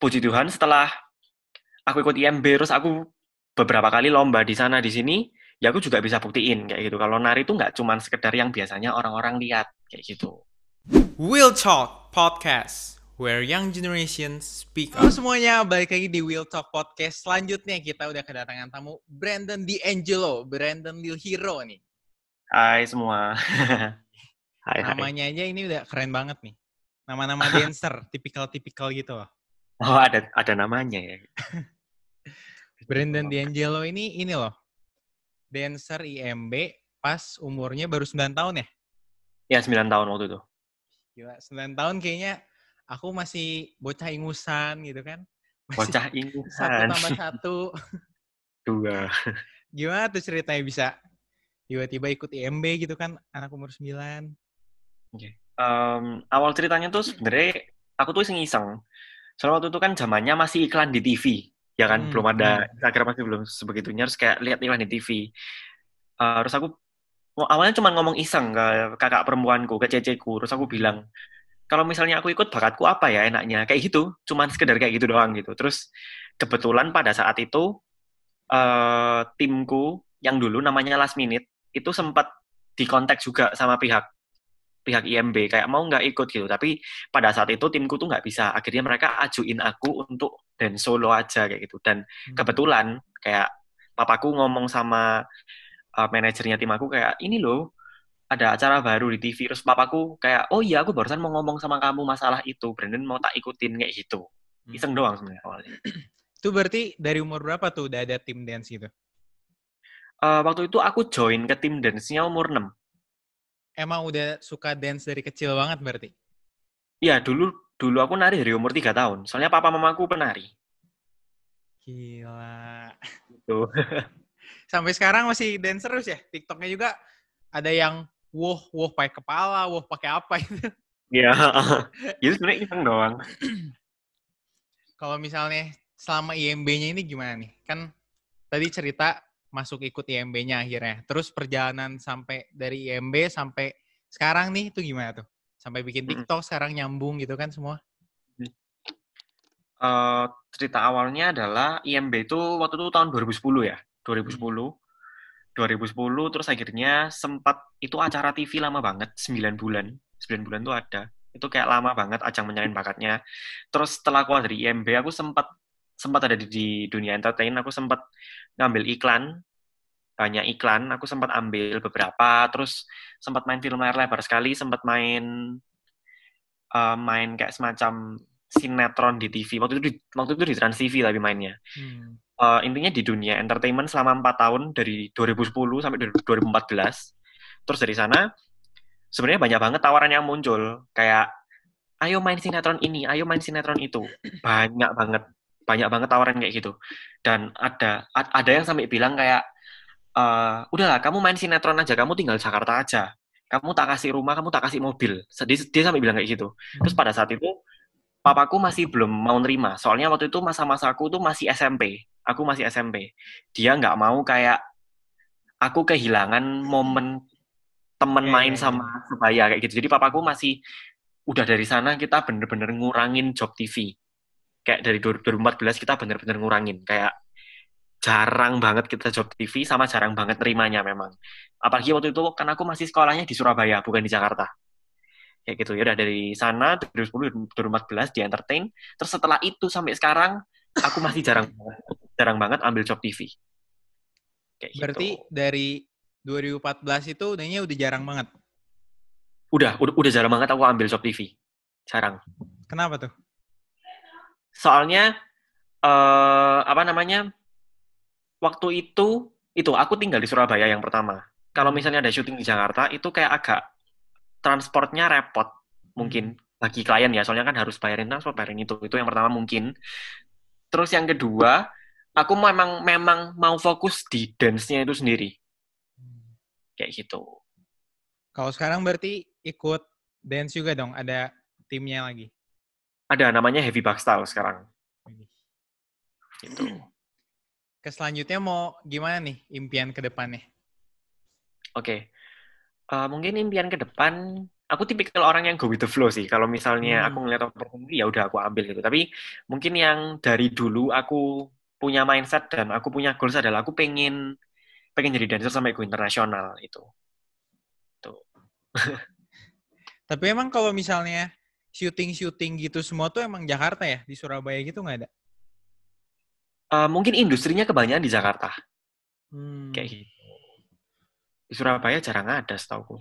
puji Tuhan setelah aku ikut IMB terus aku beberapa kali lomba di sana di sini, ya aku juga bisa buktiin kayak gitu. Kalau nari itu nggak cuman sekedar yang biasanya orang-orang lihat kayak gitu. Will Talk Podcast, where young generations speak up. Halo semuanya, balik lagi di Will Talk Podcast. Selanjutnya kita udah kedatangan tamu Brandon D'Angelo, Brandon Lil Hero nih. Hai semua. Hai hai. Namanya aja ini udah keren banget nih. Nama-nama dancer, tipikal-tipikal gitu loh. Oh ada namanya ya. Brandon D'Angelo ini loh, dancer IMB pas umurnya baru 9 tahun ya? Ya 9 tahun waktu itu. Gila, 9 tahun kayaknya aku masih bocah ingusan gitu kan. Masih Bocah satu ingusan. tambah satu. Dua. Gimana tuh ceritanya bisa tiba-tiba ikut IMB gitu kan, anak umur 9. Oke. Awal ceritanya tuh sebenarnya aku tuh iseng-iseng. Soalnya waktu itu kan zamannya masih iklan di TV, ya kan? Belum ada Instagram, masih belum sebegitunya. Terus kayak lihat iklan di TV. Terus aku awalnya cuma ngomong iseng ke kakak perempuanku, ke ceceku. Terus aku bilang, kalau misalnya aku ikut bakatku apa ya enaknya? Kayak gitu, cuman sekedar kayak gitu doang gitu. Terus kebetulan pada saat itu timku yang dulu namanya Last Minute itu sempat dikontak juga sama pihak pihak IMB kayak mau nggak ikut gitu. Tapi pada saat itu timku tuh nggak bisa. Akhirnya mereka ajuin aku untuk dance solo aja kayak gitu. Dan kebetulan kayak papaku ngomong sama manajernya tim aku kayak ini loh ada acara baru di TV. Terus papaku kayak oh iya aku barusan mau ngomong sama kamu masalah itu. Brandon mau tak ikutin kayak gitu. Iseng doang sebenarnya awalnya. Itu berarti dari umur berapa tuh udah ada tim dance gitu? Waktu itu aku join ke tim dance-nya umur 6. Emang udah suka dance dari kecil banget berarti? Iya, dulu dulu aku nari dari umur 3 tahun. Soalnya papa mamaku penari. Gila. Gitu. Sampai sekarang masih dance terus ya? TikToknya juga ada yang woh pakai kepala, woh pakai apa itu. Iya. Itu sebenarnya iseng doang. Kalau misalnya selama IMB-nya ini gimana nih? Kan tadi cerita masuk ikut IMB-nya akhirnya. Terus perjalanan sampai dari IMB sampai sekarang nih itu gimana tuh? Sampai bikin Mm-mm. TikTok sekarang nyambung gitu kan semua. Cerita awalnya adalah IMB itu waktu itu tahun 2010 ya. 2010. 2010 terus akhirnya sempat itu acara TV lama banget, 9 bulan. 9 bulan tuh ada. Itu kayak lama banget ajang menyalin bakatnya. Terus setelah keluar dari IMB aku sempat sempat ada di dunia entertain, aku sempat ngambil iklan, banyak iklan, aku sempat ambil beberapa, terus sempat main film layar lebar sekali, sempat main kayak semacam sinetron di TV. Waktu itu di Trans TV tapi mainnya. Intinya di dunia entertainment selama 4 tahun dari 2010 sampai 2014. Terus dari sana sebenarnya banyak banget tawaran yang muncul kayak ayo main sinetron ini, ayo main sinetron itu. Banyak banget tawaran kayak gitu. Dan ada yang sampai bilang kayak udahlah kamu main sinetron aja, kamu tinggal Jakarta aja. Kamu tak kasih rumah, kamu tak kasih mobil. Dia sampai bilang kayak gitu. Terus pada saat itu papaku masih belum mau nerima. Soalnya waktu itu masa-masa aku tuh masih SMP. Aku masih SMP. Dia nggak mau kayak aku kehilangan momen temen Ya, main ya, sama ya. sebaya kayak gitu. Jadi papaku masih udah dari sana kita bener-bener ngurangin job TV. Kayak dari 2014 kita bener-bener ngurangin. Kayak jarang banget kita job TV sama jarang banget nerimanya memang. Apalagi waktu itu kan aku masih sekolahnya di Surabaya, bukan di Jakarta. Kayak gitu ya udah dari sana 2010 2014 di entertain, terus setelah itu sampai sekarang aku masih jarang banget ambil job TV kayak gitu. Berarti dari 2014 itu udah jarang banget. Udah jarang banget aku ambil job TV, jarang. Kenapa tuh? Soalnya apa namanya, waktu itu aku tinggal di Surabaya yang pertama. Kalau misalnya ada syuting di Jakarta itu kayak agak transportnya repot mungkin bagi klien ya, soalnya kan harus bayarin transport, bayarin itu yang pertama mungkin. Terus yang kedua, aku memang memang mau fokus di dance-nya itu sendiri. Kayak gitu. Kalau sekarang berarti ikut dance juga dong, ada timnya lagi. Ada namanya Heavy Backstyle sekarang. Gitu. Ke selanjutnya mau gimana nih impian ke depannya? Oke. Mungkin impian ke depan aku tipikal orang yang go with the flow sih. Kalau misalnya aku ngeliat opportunity ya udah aku ambil gitu. Tapi mungkin yang dari dulu aku punya mindset dan aku punya goals adalah aku pengen pengen jadi dancer sampai go internasional itu. Tuh. Tapi emang kalau misalnya syuting-syuting gitu semua tuh emang Jakarta ya? Di Surabaya gitu nggak ada? Mungkin industrinya kebanyakan di Jakarta kayak Hmm. gitu. Di Surabaya jarang ada setauku.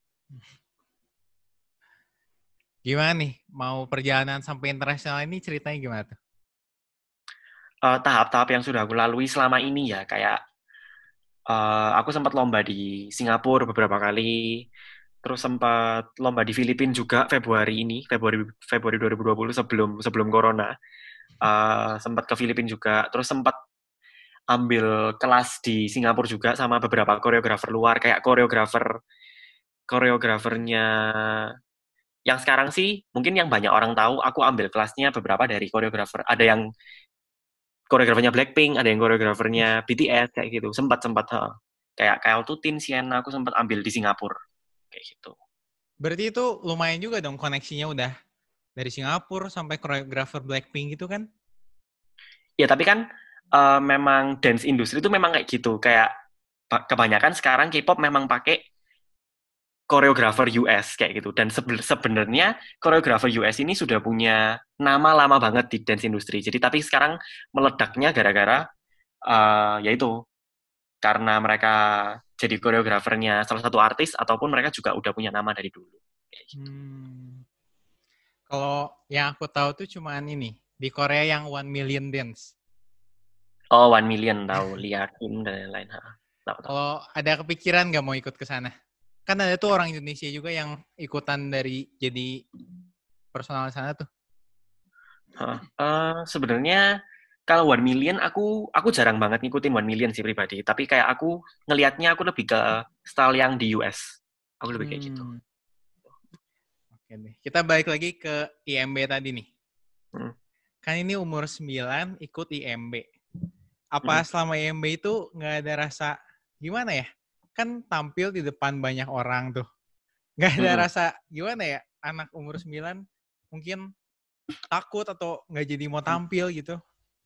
Gimana nih? Mau perjalanan sampai internasional ini ceritanya gimana tuh? Tahap-tahap yang sudah aku lalui selama ini ya kayak aku sempat lomba di Singapura beberapa kali, terus sempat lomba di Filipina juga Februari ini, Februari Februari 2020 sebelum sebelum corona. Sempat ke Filipina juga, terus sempat ambil kelas di Singapura juga sama beberapa koreografer luar, kayak koreografernya yang sekarang sih mungkin yang banyak orang tahu, aku ambil kelasnya beberapa dari koreografer. Ada yang koreografernya Blackpink, ada yang Wih, koreografernya BTS kayak gitu. Sempat ha. Kayak Kyle Tutin, Sienna aku sempat ambil di Singapura kayak gitu. berarti itu lumayan juga dong koneksinya udah dari Singapura sampai koreografer Blackpink gitu kan? Ya tapi kan memang dance industry itu memang kayak gitu. Kayak kebanyakan sekarang K-pop memang pakai koreografer US kayak gitu. Dan sebenarnya koreografer US ini sudah punya nama lama banget di dance industry. Jadi tapi sekarang meledaknya gara-gara yaitu karena mereka jadi koreografernya salah satu artis ataupun mereka juga udah punya nama dari dulu. Kayak gitu. Hmm. Kalau yang aku tahu tuh cuman ini, di Korea yang 1 Million Dance. Oh, 1 Million tahu, Lia Kim dan lain-lain. Tahu tahu. Kalau ada kepikiran nggak mau ikut ke sana? Kan ada tuh orang Indonesia juga yang ikutan dari jadi personal sana tuh. Sebenarnya kalau 1 Million aku jarang banget ngikutin 1 Million sih pribadi. Tapi kayak aku ngelihatnya aku lebih ke style yang di US. Aku lebih kayak gitu. Hmm. Oke deh. Kita balik lagi ke IMB tadi nih. Hmm. Kan ini umur 9 ikut IMB. Hmm. Apa selama IMB itu nggak ada rasa gimana ya? Kan tampil di depan banyak orang tuh. Nggak ada Hmm. rasa gimana ya? Anak umur 9 mungkin takut atau nggak jadi mau tampil gitu.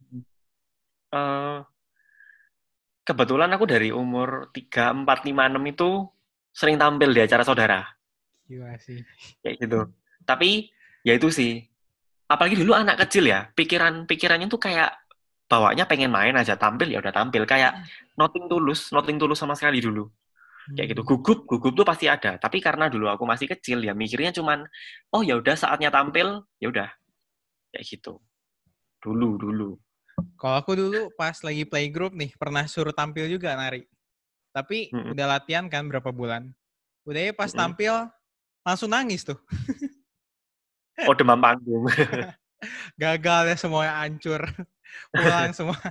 Eh, Kebetulan aku dari umur 3, 4, 5, 6 itu sering tampil di acara saudara. Gila sih. Kayak gitu. Tapi ya itu sih. Apalagi dulu anak kecil ya, pikirannya tuh kayak bawanya pengen main aja, tampil ya udah tampil, kayak nothing tulus sama sekali dulu. Kayak gitu. Hmm. Gugup tuh pasti ada. Tapi karena dulu aku masih kecil ya mikirnya cuman oh ya udah saatnya tampil, ya udah kayak gitu. Dulu. Kalau aku dulu pas lagi playgroup nih, pernah suruh tampil juga nari. Tapi Mm-mm. udah latihan kan berapa bulan. Udah ya pas Mm-mm. tampil, langsung nangis tuh. Oh, demam panggung. Gagal ya semuanya hancur. Pulang semua.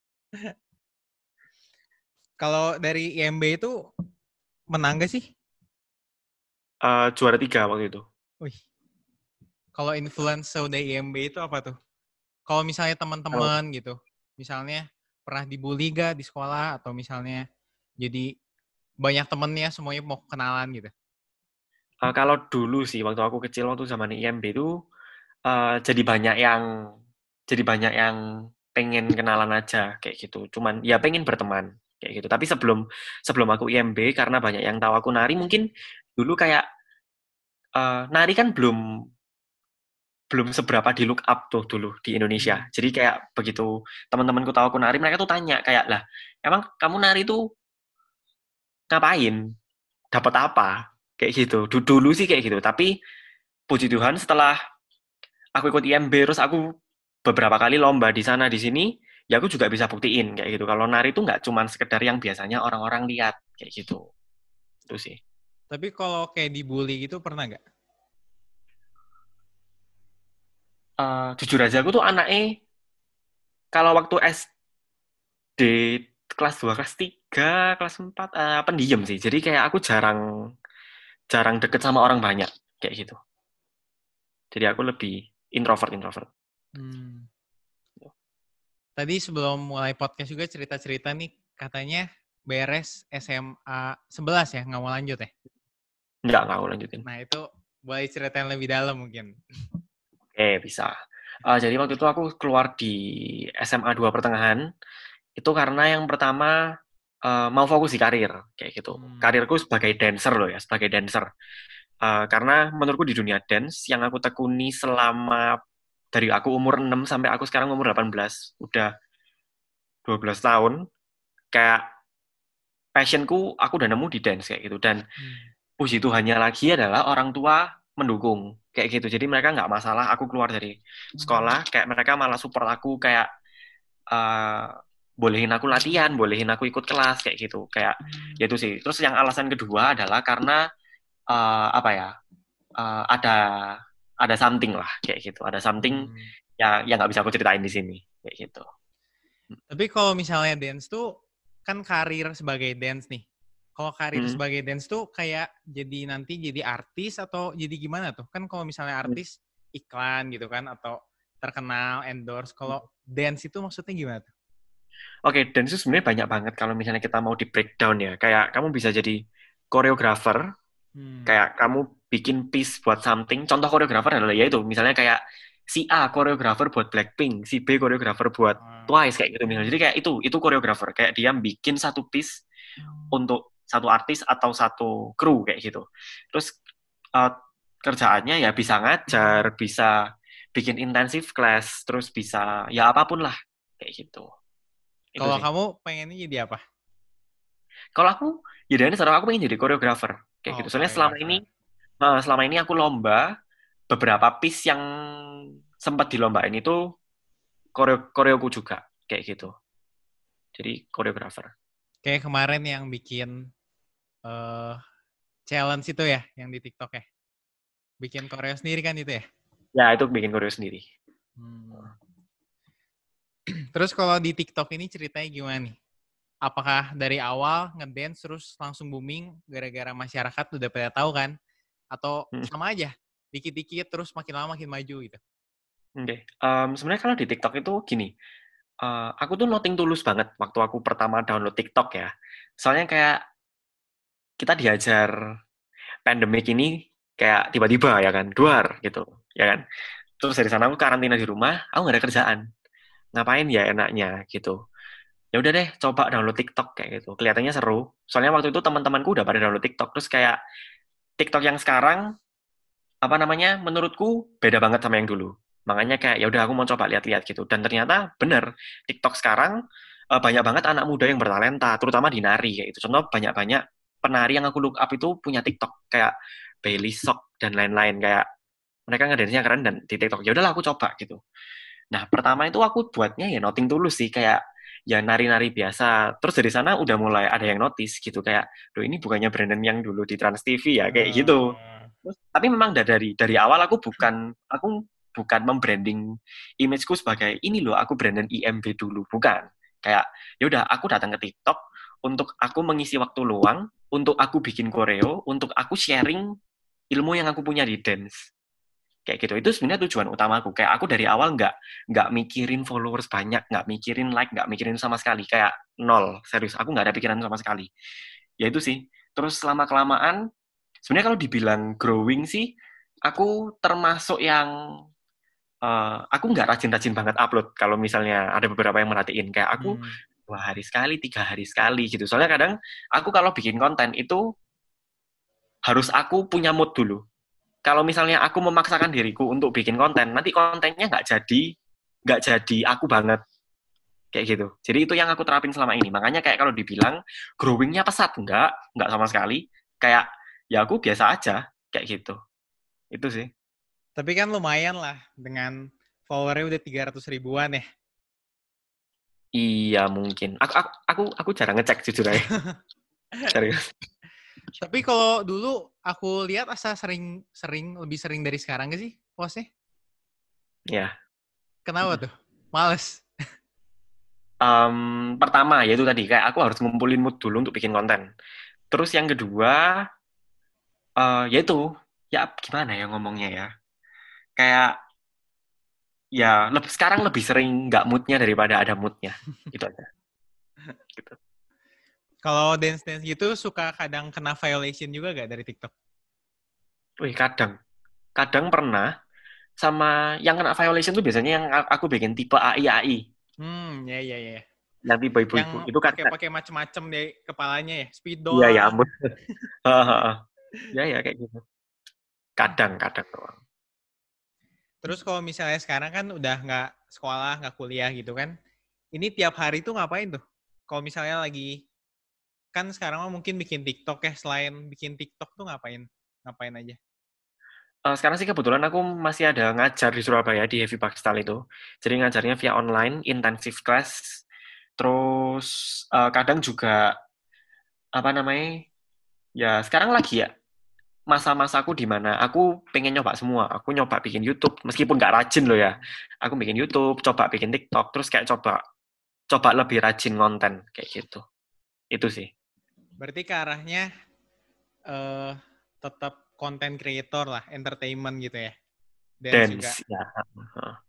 Kalau dari IMB itu menang gak sih? Juara 3 waktu itu. Wih, kalau influence dari IMB itu apa tuh? Kalau misalnya Oh. teman-teman gitu, misalnya pernah dibully gak di sekolah atau misalnya jadi banyak temennya semuanya mau kenalan gitu. Kalau dulu sih waktu aku kecil waktu zaman IMB itu jadi banyak yang pengen kenalan aja kayak gitu. Cuman ya pengen berteman kayak gitu. Tapi sebelum sebelum aku IMB karena banyak yang tahu aku nari mungkin dulu kayak nari kan belum belum seberapa di look up tuh dulu di Indonesia. Hmm. Jadi kayak begitu teman-temanku tahu aku nari mereka tuh tanya kayak lah emang kamu nari tuh ngapain? Dapat apa? Kayak gitu. Dulu sih kayak gitu. Tapi puji Tuhan setelah aku ikut IMB terus aku beberapa kali lomba di sana di sini ya aku juga bisa buktiin kayak gitu kalau nari itu nggak cuman sekedar yang biasanya orang-orang lihat kayak gitu itu sih. Tapi kalau kayak dibully gitu pernah nggak? Jujur aja aku tuh anaknya kalau waktu SD kelas 2 kelas 3 kelas 4 pendiam sih jadi kayak aku jarang jarang deket sama orang banyak kayak gitu jadi aku lebih introvert introvert. Hmm. Tadi sebelum mulai podcast juga cerita-cerita nih, katanya beres SMA 11 ya, nggak mau lanjut ya? Nggak aku lanjutin. Nah itu Boleh ceritain lebih dalam mungkin. Oke, bisa. Jadi waktu itu aku keluar di SMA 2 pertengahan, itu karena yang pertama mau fokus di karir, kayak gitu. Karirku sebagai dancer loh ya, sebagai dancer. Karena menurutku di dunia dance, yang aku tekuni selama dari aku umur 6 sampai aku sekarang umur 18, udah 12 tahun, kayak passionku aku udah nemu di dance kayak gitu. Dan puji Tuhannya lagi adalah orang tua mendukung kayak gitu. Jadi mereka nggak masalah aku keluar dari sekolah, kayak mereka malah support aku kayak eh, bolehin aku latihan, bolehin aku ikut kelas kayak gitu. Kayak ya itu sih. Terus yang alasan kedua adalah karena apa ya? Ada something lah kayak gitu. Ada something yang nggak bisa aku ceritain di sini kayak gitu. Tapi kalau misalnya dance tuh kan karir sebagai dance nih. Kalau karir sebagai dance tuh kayak jadi nanti jadi artis atau jadi gimana tuh? Kan kalau misalnya artis iklan gitu kan atau terkenal, endorse. Kalau dance itu maksudnya gimana tuh? Oke, dance itu sebenarnya banyak banget kalau misalnya kita mau di breakdown ya. Kayak kamu bisa jadi koreografer, kayak kamu bikin piece buat something. Contoh koreografer adalah ya itu, misalnya kayak si A koreografer buat Blackpink, si B koreografer buat Twice kayak gitu misalnya. Jadi kayak itu koreografer, kayak dia bikin satu piece untuk satu artis atau satu kru kayak gitu. Terus uh, kerjaannya ya bisa ngajar, bisa bikin intensif class, terus bisa ya apapun lah kayak gitu. Itu Kalau sih. kamu pengennya jadi apa? Kalau aku ya dari sekarang aku pengen jadi koreografer kayak gitu. Oh, Soalnya koreografer. selama ini aku lomba beberapa piece yang sempat dilombain itu koreoku juga kayak gitu. Jadi koreografer. Kayak kemarin yang bikin eh challenge itu ya, yang di TikTok ya. Bikin koreo sendiri kan itu ya? Ya itu bikin koreo sendiri. Terus kalau di TikTok ini ceritanya gimana nih? Apakah dari awal ngedance terus langsung booming gara-gara masyarakat udah pada tahu kan? Atau sama aja, dikit-dikit terus makin lama makin maju gitu? Oke. Sebenarnya kalau di TikTok itu gini, aku tuh nothing tulus banget waktu aku pertama download TikTok ya. Soalnya kayak kita diajar pandemik ini kayak tiba-tiba ya kan, duar gitu, ya kan. Terus dari sana aku karantina di rumah, aku nggak ada kerjaan. Ngapain ya enaknya gitu. Ya udah deh, coba download TikTok kayak gitu. Kelihatannya seru. Soalnya waktu itu teman-temanku udah pada download TikTok. Terus kayak TikTok yang sekarang, apa namanya, menurutku beda banget sama yang dulu. Makanya kayak ya udah aku mau coba lihat-lihat gitu. Dan ternyata bener, TikTok sekarang banyak banget anak muda yang bertalenta, terutama di nari kayak gitu. Contoh banyak-banyak penari yang aku look up itu punya TikTok kayak Bailey Sok dan lain-lain, kayak mereka ngedance-nya keren dan di TikTok. Ya udahlah aku coba gitu. Nah, pertama itu aku buatnya ya nothing tulus sih, kayak ya nari-nari biasa. Terus dari sana udah mulai ada yang notice gitu, kayak, "Duh, ini bukannya Brandon yang dulu di Trans TV ya?" Kayak gitu. Tapi memang dari awal aku bukan membranding imageku sebagai ini loh, aku Brandon IMB dulu, bukan. Kayak ya udah aku datang ke TikTok untuk aku mengisi waktu luang, untuk aku bikin koreo, untuk aku sharing ilmu yang aku punya di dance kayak gitu. Itu sebenarnya tujuan utamaku, kayak aku dari awal nggak mikirin followers banyak, nggak mikirin like, nggak mikirin sama sekali, kayak nol, serius aku nggak ada pikiran sama sekali. Ya itu sih. Terus selama kelamaan sebenarnya kalau dibilang growing sih aku termasuk yang aku nggak rajin-rajin banget upload. Kalau misalnya ada beberapa yang merhatiin, kayak aku 2 hari sekali, 3 hari sekali gitu. Soalnya kadang aku kalau bikin konten itu harus aku punya mood dulu. Kalau misalnya aku memaksakan diriku untuk bikin konten, nanti kontennya nggak jadi aku banget kayak gitu. Jadi itu yang aku terapin selama ini. Makanya kayak kalau dibilang growingnya pesat, nggak sama sekali. Kayak ya aku biasa aja kayak gitu. Itu sih. Tapi kan lumayan lah dengan followernya udah 300 ribuan ya. Iya mungkin. Aku jarang ngecek jujur aja. Serius. Tapi kalau dulu aku lihat asa lebih sering dari sekarang gak sih postnya? Ya. Kenapa tuh? Males. Pertama yaitu tadi kayak aku harus ngumpulin mood dulu untuk bikin konten. Terus yang kedua yaitu ya gimana ya ngomongnya ya. Kayak ya sekarang lebih sering nggak moodnya daripada ada moodnya itu aja gitu. Kalau dance-dance gitu suka kadang kena violation juga gak dari TikTok? Wih kadang kadang pernah. Sama yang kena violation tuh biasanya yang aku bikin tipe AI. Ya. Yang tipe Yang ibu-ibu. Itu kadang. pakai macem-macem di kepalanya ya, speed Iya, ya doang. ampun. Ya, ya, kayak gitu. Kadang doang. Terus kalau misalnya sekarang kan udah nggak sekolah, nggak kuliah gitu kan, ini tiap hari tuh ngapain tuh? Kalau misalnya lagi, kan sekarang mah mungkin bikin TikTok ya, selain bikin TikTok tuh ngapain? Ngapain aja? Sekarang sih kebetulan aku masih ada ngajar di Surabaya di Heavy Bakstal itu. Jadi ngajarnya via online, intensive class. Terus kadang juga apa namanya? Ya sekarang lagi ya masa-masaku di mana aku pengen nyoba semua. Aku nyoba bikin YouTube meskipun nggak rajin loh ya. Aku bikin YouTube, coba bikin TikTok, terus kayak coba lebih rajin konten kayak gitu. Itu sih. Berarti ke arahnya eh tetap content creator lah, entertainment gitu ya. Dance juga. Dance ya.